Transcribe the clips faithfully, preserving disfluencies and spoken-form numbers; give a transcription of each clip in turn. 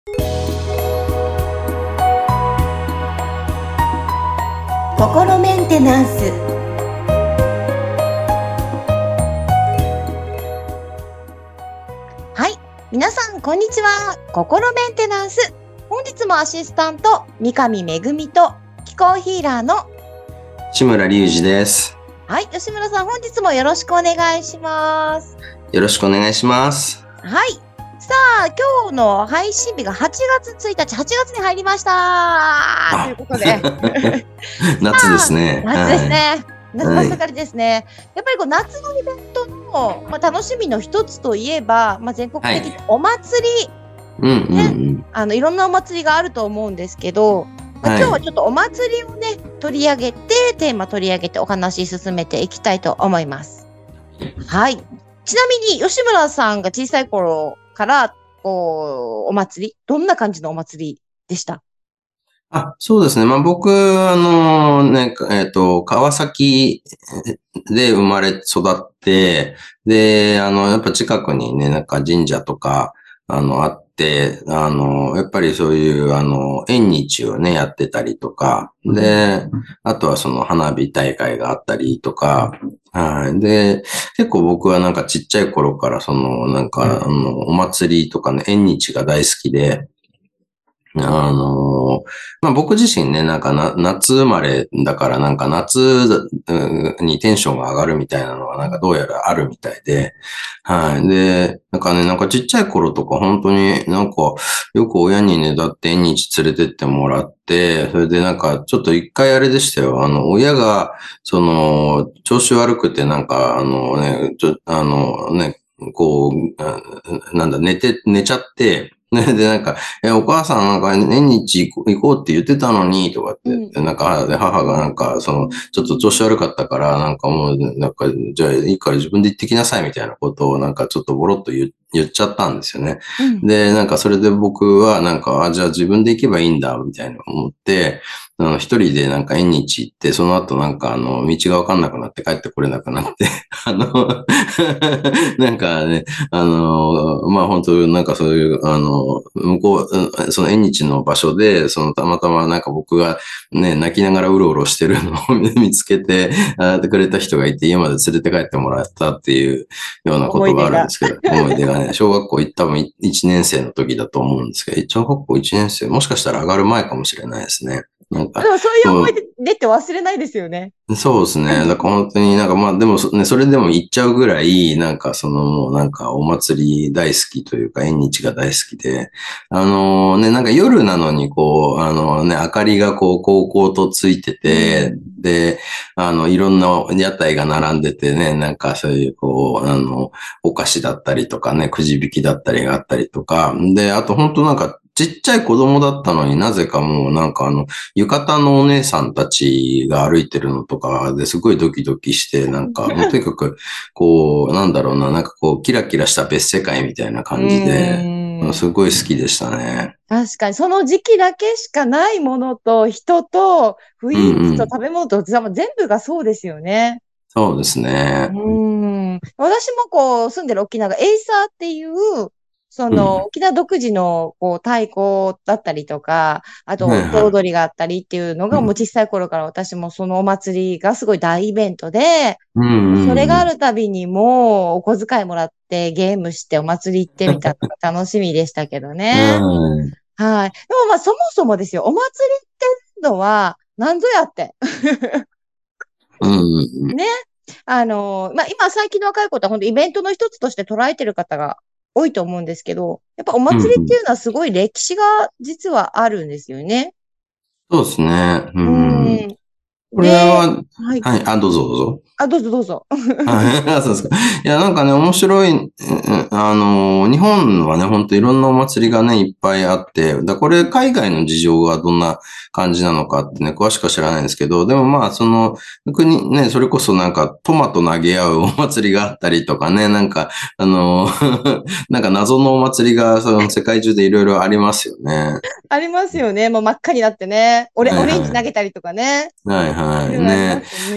心メンテナンス。はい、皆さんこんにちは。心メンテナンス。本日もアシスタント三上めぐみと気候ヒーラーの志村隆二です。 はい、吉村さん、本日もよろしくお願いします。 よろしくお願いします。 はい。さあ、今日の配信日がはちがつついたち、はちがつに入りましたということで。 夏ですね。 夏ですね。はい、夏真っ盛りですね。やっぱりこう夏のイベントの、まあ、楽しみの一つといえば、まあ、全国的にお祭り、 はい、うんうんうん、 あのいろんなお祭りがあると思うんですけど、まあ、今日はちょっとお祭りをね、取り上げて、テーマ取り上げてお話し進めていきたいと思います。はい。ちなみに吉村さんが小さい頃からこうお祭り、どんな感じのお祭りでした？ あ、そうですね。まあ僕、あのね、えっと、川崎で生まれ育って、で、あの、やっぱ近くにね、なんか神社とか、あの、あって、あの、やっぱりそういう、あの、縁日をね、やってたりとか、で、あとはその花火大会があったりとか、はい。で、結構僕はなんかちっちゃい頃からその、なんか、あの、お祭りとかね、縁日が大好きで、あの、まあ、僕自身ね、なんかな、夏生まれだからなんか夏にテンションが上がるみたいなのはなんかどうやらあるみたいで、はい。で、なんかね、なんかちっちゃい頃とか本当になんかよく親にね、だって縁日連れてってもらって、それでなんかちょっと一回あれでしたよ。あの、親が、その、調子悪くてなんかあのね、ちょ、あのね、こう、なんだ、寝て、寝ちゃって、ね、で、なんか、え、お母さんなんか縁日行こうって言ってたのに、とかって、うん、なんか、で、母がなんか、その、ちょっと調子悪かったから、なんかもう、なんか、じゃあいいから自分で行ってきなさいみたいなことを、なんかちょっとボロッと言言っちゃったんですよね。うん、で、なんかそれで僕は、なんか、あ、じゃあ自分で行けばいいんだ、みたいな思って、あの、一人でなんか縁日行って、その後なんかあの、道がわかんなくなって帰ってこれなくなって、あの、なんかね、あの、まあ本当なんかそういう、あの、向こう、その縁日の場所で、そのたまたまなんか僕がね、泣きながらうろうろしてるのを見つけて、あってくれた人がいて、家まで連れて帰ってもらったっていうようなことがあるんですけど、思い出がね、小学校多分いちねん生の時だと思うんですけど、小学校いちねん生、もしかしたら上がる前かもしれないですね。なんか。 でもそういう思い出って忘れないですよね。 そうですね。だから本当になんかまあでもね、それでも行っちゃうぐらい、なんかそのもうなんかお祭り大好きというか縁日が大好きで、あのね、なんか夜なのにこう、あのね、明かりがこう、こうこうとついてて、うん、で、あの、いろんな屋台が並んでてね、なんかそういうこう、あの、お菓子だったりとかね、くじ引きだったりがあったりとか、で、あと本当なんかちっちゃい子供だったのになぜかもうなんかあの、浴衣のお姉さんたちが歩いてるのとかですごいドキドキして、なんか、もうとにかく、こう、なんだろうな、なんかこう、キラキラした別世界みたいな感じで、すごい好きでしたね。 確かに、その時期だけしかないものと、人と、雰囲気と食べ物と、うんうん、全部がそうですよね。 そうですね。 うん。私もこう、住んでる沖縄がエイサーっていう、その、沖縄独自の、こう、太鼓だったりとか、あと、郷踊りがあったりっていうのが、もう小さい頃から私もそのお祭りがすごい大イベントで、それがあるたびにもう、お小遣いもらってゲームしてお祭り行ってみたとか楽しみでしたけどね。はい。でもまあ、そもそもですよ、お祭りってのは、何ぞやって。ね。あの、まあ、今最近の若い子って本当イベントの一つとして捉えてる方が多いと思うんですけど、やっぱお祭りっていうのはすごい歴史が実はあるんですよね。 そうですね。うん。うん、これは、はい、はい。あ、どうぞどうぞ。 あ、どうぞどうぞ。 そうですか。いや、なんかね、面白い、あの、日本はね、ほんといろんなお祭りがね、いっぱいあって、だこれ海外の事情がどんな感じなのかってね、詳しくは知らないんですけど、でもまあ、その、国、ね、それこそなんかトマト投げ合うお祭りがあったりとかね、なんか、あの、なんか謎のお祭りが、その世界中でいろいろありますよね。 ありますよね。もう真っ赤になってね。オレ、はいはい、オレンジ投げたりとかね。 はいはい。 いろいろありますよね。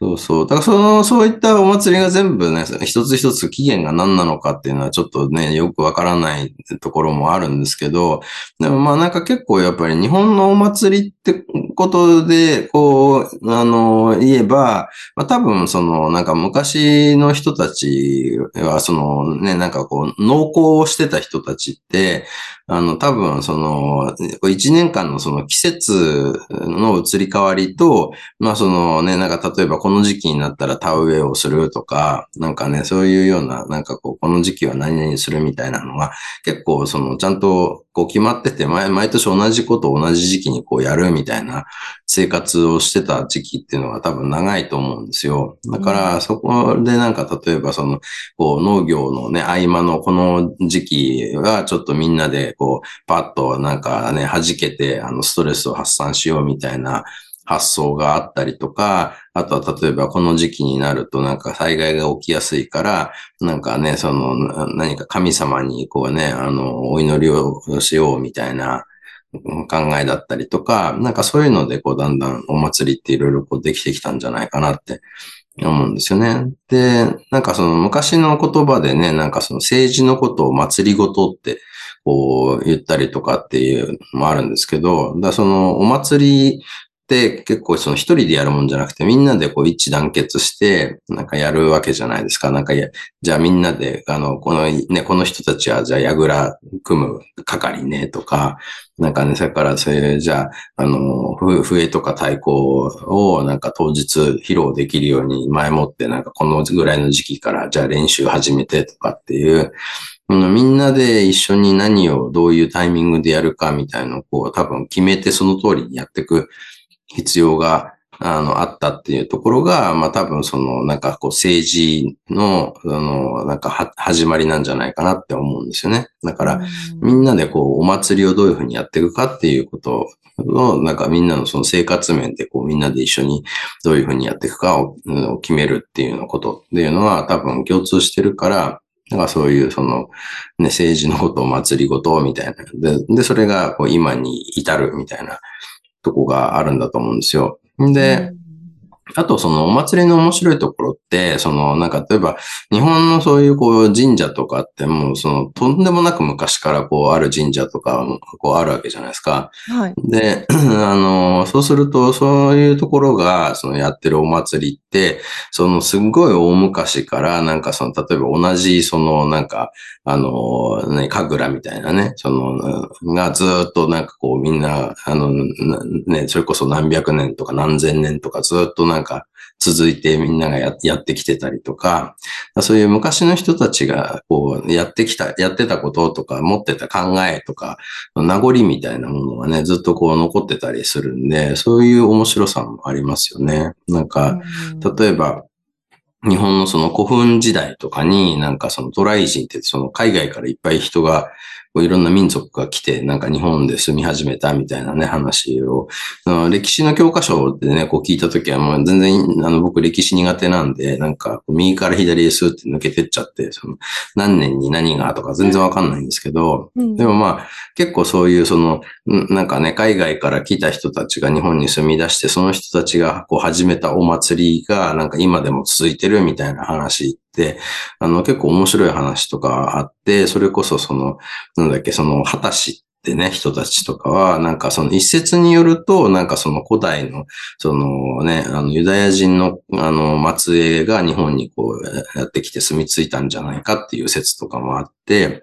そうそう。だからその、そういったお祭りが全部ね、一つ一つ起源が何なのかっていうのはちょっとね、よくわからないところもあるんですけど、でもまあなんか結構やっぱり日本のお祭りってことで、こう、あの、言えば、まあ多分その、なんか昔の人たちは、そのね、なんかこう、農耕をしてた人たちって、あの、多分その、一年間のその季節の移り変わりと、まあそのね、なんか例えばこの時期になったら田植えをするとか、なんかね、そういうような、なんかこう、この時期は何々するみたいなのが、結構その、ちゃんとこう決まってて、毎毎年同じことを同じ時期にこうやるみたいな生活をしてた時期っていうのが多分長いと思うんですよ。だからそこでなんか例えばその、こう農業のね、合間のこの時期はちょっとみんなでこう、パッとなんかね、弾けて、あの、ストレスを発散しようみたいな、発想があったりとか、あとは例えばこの時期になるとなんか災害が起きやすいから、なんかね、その何か神様にこうね、あの、お祈りをしようみたいな考えだったりとか、なんかそういうのでこうだんだんお祭りっていろいろこうできてきたんじゃないかなって思うんですよね。で、なんかその昔の言葉でね、なんかその政治のことを祭りごとってこう言ったりとかっていうのもあるんですけど、だそのお祭りって結構その一人でやるもんじゃなくてみんなでこう一致団結してなんかやるわけじゃないですか。なんかや、じゃあみんなであの、このね、この人たちはじゃあ櫓組む係ねとか、なんかね、それからそれじゃあ、あの、笛とか太鼓をなんか当日披露できるように前もってなんかこのぐらいの時期からじゃあ練習始めてとかっていう、みんなで一緒に何をどういうタイミングでやるかみたいなのをこう多分決めてその通りにやっていく必要が、あの、あったっていうところが、まあ多分その、なんかこう政治の、あの、なんかは、始まりなんじゃないかなって思うんですよね。だかうら、みんん。 なでこう、お祭りをどういうふうにやっていくかっていうことを、なんかみんなのその生活面でこう、みんなで一緒にどういうふうにやっていくかを、うんを決めるっていうようなことっていうのは多分共通してるから、なんかそういうその、ね、政治のことを祭りごとみたいな。で、で、それがこう今に至るみたいなとこがあるんだと思うんですよ。で、 うん。 あと、そのお祭りの面白いところって、その、なんか、例えば、日本のそういうこう神社とかってもう、その、とんでもなく昔からこう、ある神社とか、こう、あるわけじゃないですか。 はい。 で、あの、そうすると、そういうところが、そのやってるお祭りって、そのすっごい大昔から、なんかその、例えば同じ、その、なんか、あの、ね、神楽みたいなね、その、がずっとなんかこうみんな、あの、ね、それこそ何百年とか何千年とかずっとなんか続いてみんながややってきてたりとか、そういう昔の人たちがこうやってきた、やってたこととか持ってた考えとか、名残みたいなものがね、ずっとこう残ってたりするんで、そういう面白さもありますよね。なんうか、 ん。 例えば、日本のその古墳時代とかに、なんかその渡来人ってその海外からいっぱい人が、こういろんな民族が来て、なんか日本で住み始めたみたいなね、話を、あの歴史の教科書でね、こう聞いたときはもう全然、あの僕歴史苦手なんで、なんか右から左へスーって抜けてっちゃって、その何年に何がとか全然わかんないんですけど、 うん。 でもまあ結構そういうその、なんかね、海外から来た人たちが日本に住み出して、その人たちがこう始めたお祭りがなんか今でも続いてるみたいな話って、あの結構面白い話とかあって、それこそその、なんだっけ、その、果たしってね、人たちとかは、なんかその一説によると、なんかその古代の、そのね、あのユダヤ人の、あの、末裔が日本にこうやってきて住み着いたんじゃないかっていう説とかもあって、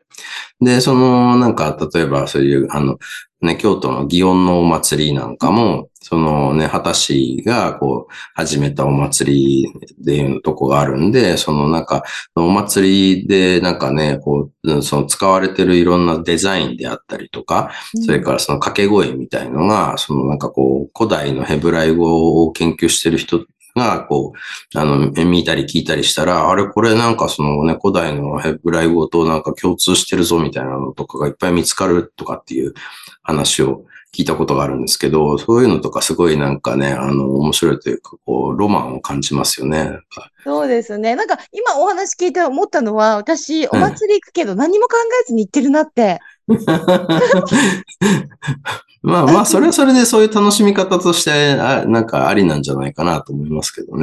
で、その、なんか、例えばそういう、あの、ね、京都の祇園のお祭りなんかも、そのね、秦氏がこう、始めたお祭りっていうとこがあるんで、そのなんか、お祭りでなんかね、こう、その使われてるいろんなデザインであったりとか、それうん。 からその掛け声みたいのが、そのなんかこう、古代のヘブライ語を研究してる人が、こう、あの、見たり聞いたりしたら、あれこれなんかそのね、古代のヘブライ語となんか共通してるぞみたいなのとかがいっぱい見つかるとかっていう話を聞いたことがあるんですけど、そういうのとかすごいなんかね、あの、面白いというか、こう、ロマンを感じますよね。 そうですね。なんか、今お話聞いて思ったのは、私、おはい。 祭り行くけど何も考えずに行ってるなって。 まあまあ、それはあの、 それでそういう楽しみ方として、あ、なんかありなんじゃないかなと思いますけどね。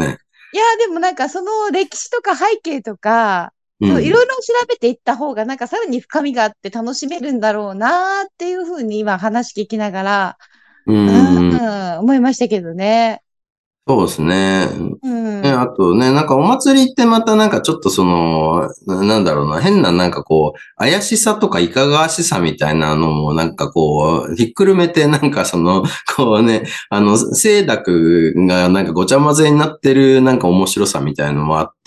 いや、でもなんかその歴史とか背景とか、そう、いうん。 ろいろ調べていった方が、なんかさらに深みがあって楽しめるんだろうなっていうふうに今話聞きながら、 ううん。 ん、思いましたけどね。 そうですね。 うね、 ん。 あとね、なんかお祭りってまたなんかちょっとその、ななんだろうな、変ななんかこう、怪しさとかいかがわしさみたいなのもなんかこう、ひっくるめてなんかその、こうね、あの、清濁がなんかごちゃ混ぜになってるなんか面白さみたいのもあって、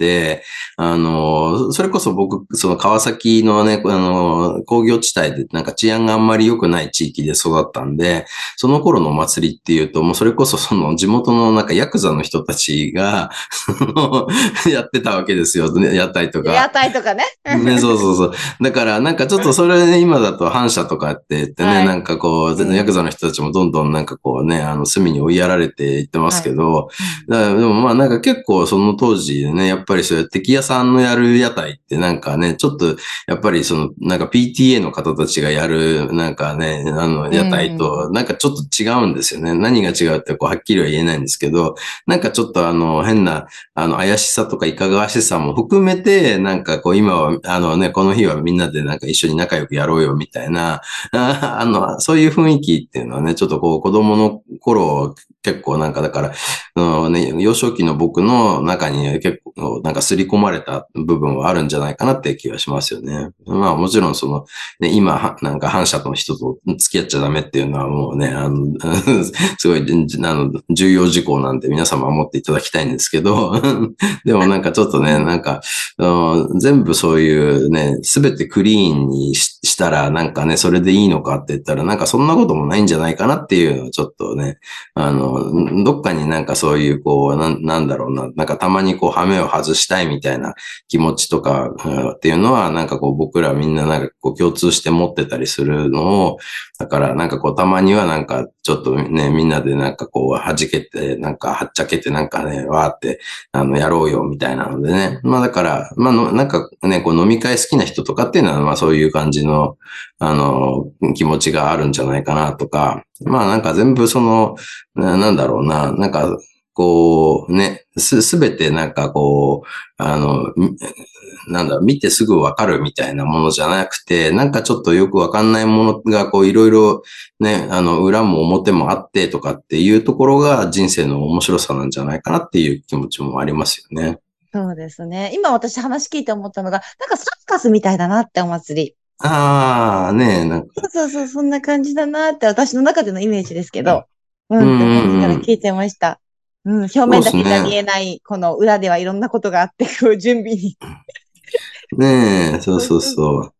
あの、それこそ僕、その川崎のね、あの、工業地帯でなんか治安があんまり良くない地域で育ったんで、その頃のお祭りっていうと、もうそれこそその地元のなんかヤクザの人たちが、そのやってたわけですよ、ね、屋台と屋か。 台とかね。 ね、そうそうそう。だから、なんかちょっとそれね、今だと反社とかって言ってね、 はい。 なんかこう、ヤクうん。 ザの人たちもどんどんなんかこうね、あの、隅に追いやられていってますはい。 けど、 うん。 だからでもまあなんか結構その当時ね、やっぱりそういう敵屋さんのやる屋台ってなんかね、ちょっとやっぱりそのなんか ピーティーエー の方たちがやるなんかね、あのう屋台ん。 となんかちょっと違うんですよね。何が違うってこうはっきりは言えないんですけど、なんかちょっとあの変なあの怪しさとかいかがわしさも含めて、なんかこう今はあのね、この日はみんなでなんか一緒に仲良くやろうよみたいな、ああの、そういう雰囲気っていうのはね、ちょっとこう子供の頃結構なんかだから、うんね、幼少期の僕の中に結構なんか刷り込まれた部分はあるんじゃないかなって気がしますよね。まあもちろんその、ね、今はなんか反社の人と付き合っちゃダメっていうのはもうね、あの、すごいあの重要事項なんで皆様守っていただきたいんですけど、でもなんかちょっとね、 うん。 なんか、うん全部そういうね、すべてクリーンにししたらなんかね、それでいいのかって言ったらなんかそんなこともないんじゃないかなっていうのをちょっとね、あの、どっかになんかそういう、こう、なん、なんだろうな、なんかたまにこう、羽目を外したいみたいな気持ちとか、うんっていうのは、なんかこう、僕らみんななんかこう、共通して持ってたりするのを、だからなんかこう、たまにはなんか、ちょっとね、みんなでなんかこう、弾けて、なんか、はっちゃけてなんかね、わーって、あの、やろうよ、みたいなのでね。まあだから、まあの、なんかね、こう、飲み会好きな人とかっていうのは、まあそういう感じの、あの、気持ちがあるんじゃないかなとか、まあなんか全部その、な、なんだろうな、なんか、こう、ね、す、すべてなんかこう、あの、みなんだろう、見てすぐわかるみたいなものじゃなくて、なんかちょっとよくわかんないものがこういろいろね、あの、裏も表もあってとかっていうところが人生の面白さなんじゃないかなっていう気持ちもありますよね。 そうですね。今私話聞いて思ったのが、なんかサーカスみたいだなってお祭り。 ああ、ねえ、なんか、 そうそうそう、そんな感じだなって私の中でのイメージですけど、ううんんって思いながうんうん。 ら聞いてました。うん、表そうで面だけじゃ見すね。 えない、この裏ではいろんなことがあって、こう準備に。 ねえ、そうそうそうそう。 そう。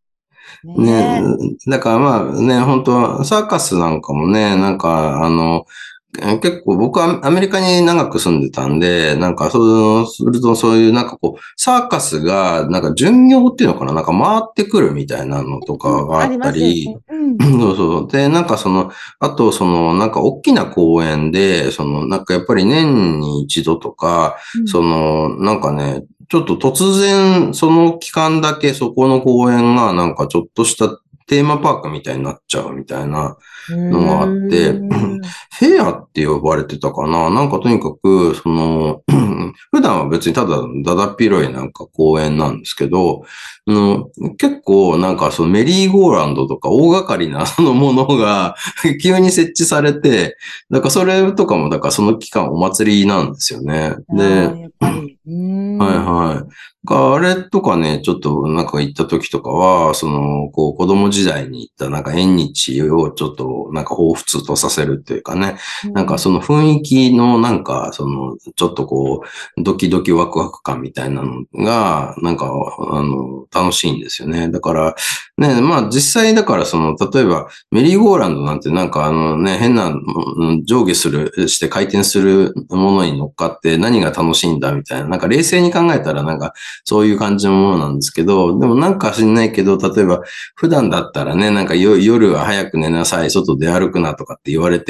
ね、 ねだからまあね、本当サーカスなんかもね、なんかあの、え結構僕はアメリカに長く住んでたんで、なんかそうするとそういうなんかこう、サーカスがなんか巡業っていうのかななんか回ってくるみたいなのとえ。うん、ありかがあったますよね。 り、 うん。 そうそう。で、なんかその、あとその、なんか大きな公園で、その、なんかやっぱり年に一度とか、 うん。 その、なんかね、ちょっと突然、その期間だけそこの公園がなんかちょっとしたテーマパークみたいになっちゃうみたいなへのがあって、 ー。 フェアって呼ばれてたかななんかとにかく、その、普段は別にただだだっ広いなんか公園なんですけど、あの結構なんかそのメリーゴーランドとか大掛かりなそのものが急に設置されて、だからそれとかもだからその期間お祭りなんですよね。 ああ、 で、 やっぱり。うはいーん。 はい。があれとかね、ちょっとなんか行った時とかは、その、こう子供時代に行ったなんか縁日をちょっとなんか彷彿とさせるっていうかね。なんかうん。 その雰囲気のなんか、その、ちょっとこう、ドキドキワクワク感みたいなのが、なんか、あの、楽しいんですよね。だから、ね、まあ実際だからその、例えばメリーゴーランドなんてなんかあのね、変な、うん上下する、して回転するものに乗っかって何が楽しいんだみたいな、なんか冷静に考えたらなんかそういう感じのものなんですけど、でもなんか知んないけど、例えば普段だったらね、なんかよ夜は早く寝なさい、外出歩くなとかって言われてる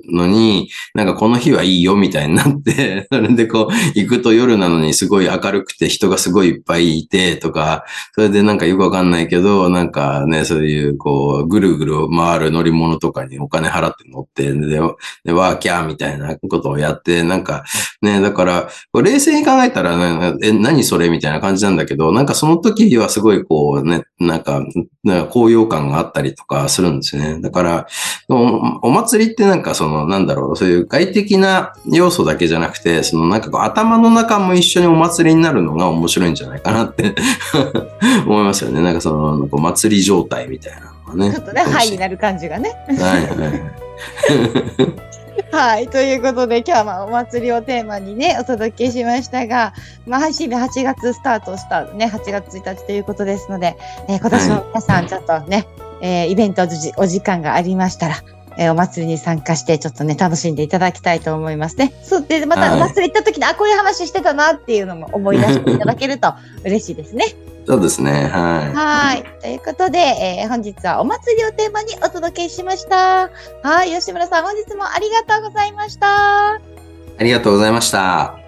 のに、なんかこの日はいいよみたいになって、それでこう、行くと夜なのにすごい明るくて人がすごいいっぱいいてとか、それでなんかよくわかんないけど、なんかね、そういうこう、ぐるぐる回る乗り物とかにお金払って乗って、で、でワーキャーみたいなことをやって、なんかね、だから、冷静に考えたら、ね、え、何それみたいな感じなんだけど、なんかその時はすごいこうね、なんか、なんか高揚感があったりとかするんですよね。だから、お、お祭りってなんかその、なんだろう、そういう外的な要素だけじゃなくて、そのなんかこう頭の中も一緒にお祭りになるのが面白いんじゃないかなって思いますよね。なんかその、お祭り状態みたいなのがね。 ちょっとね、ハイになる感じがね。 はいはい。 はい。ということで、今日はまあお祭りをテーマにね、お届けしましたが、まあ配信日はちがつスタートしたね、はちがつついたちということですので、えー、今年も皆さんちょっとね、はい、えー、イベントお時間がありましたら、えー、お祭りに参加してちょっとね、楽しんでいただきたいと思いますね。そうで、またお祭り行った時に、はい、あ、こういう話してたなっていうのも思い出していただけると嬉しいですね。 そうですね。はい。 はい。ということで、えー、本日はお祭りをテーマにお届けしました。はい。吉村さん、本日もありがとうございました。 ありがとうございました。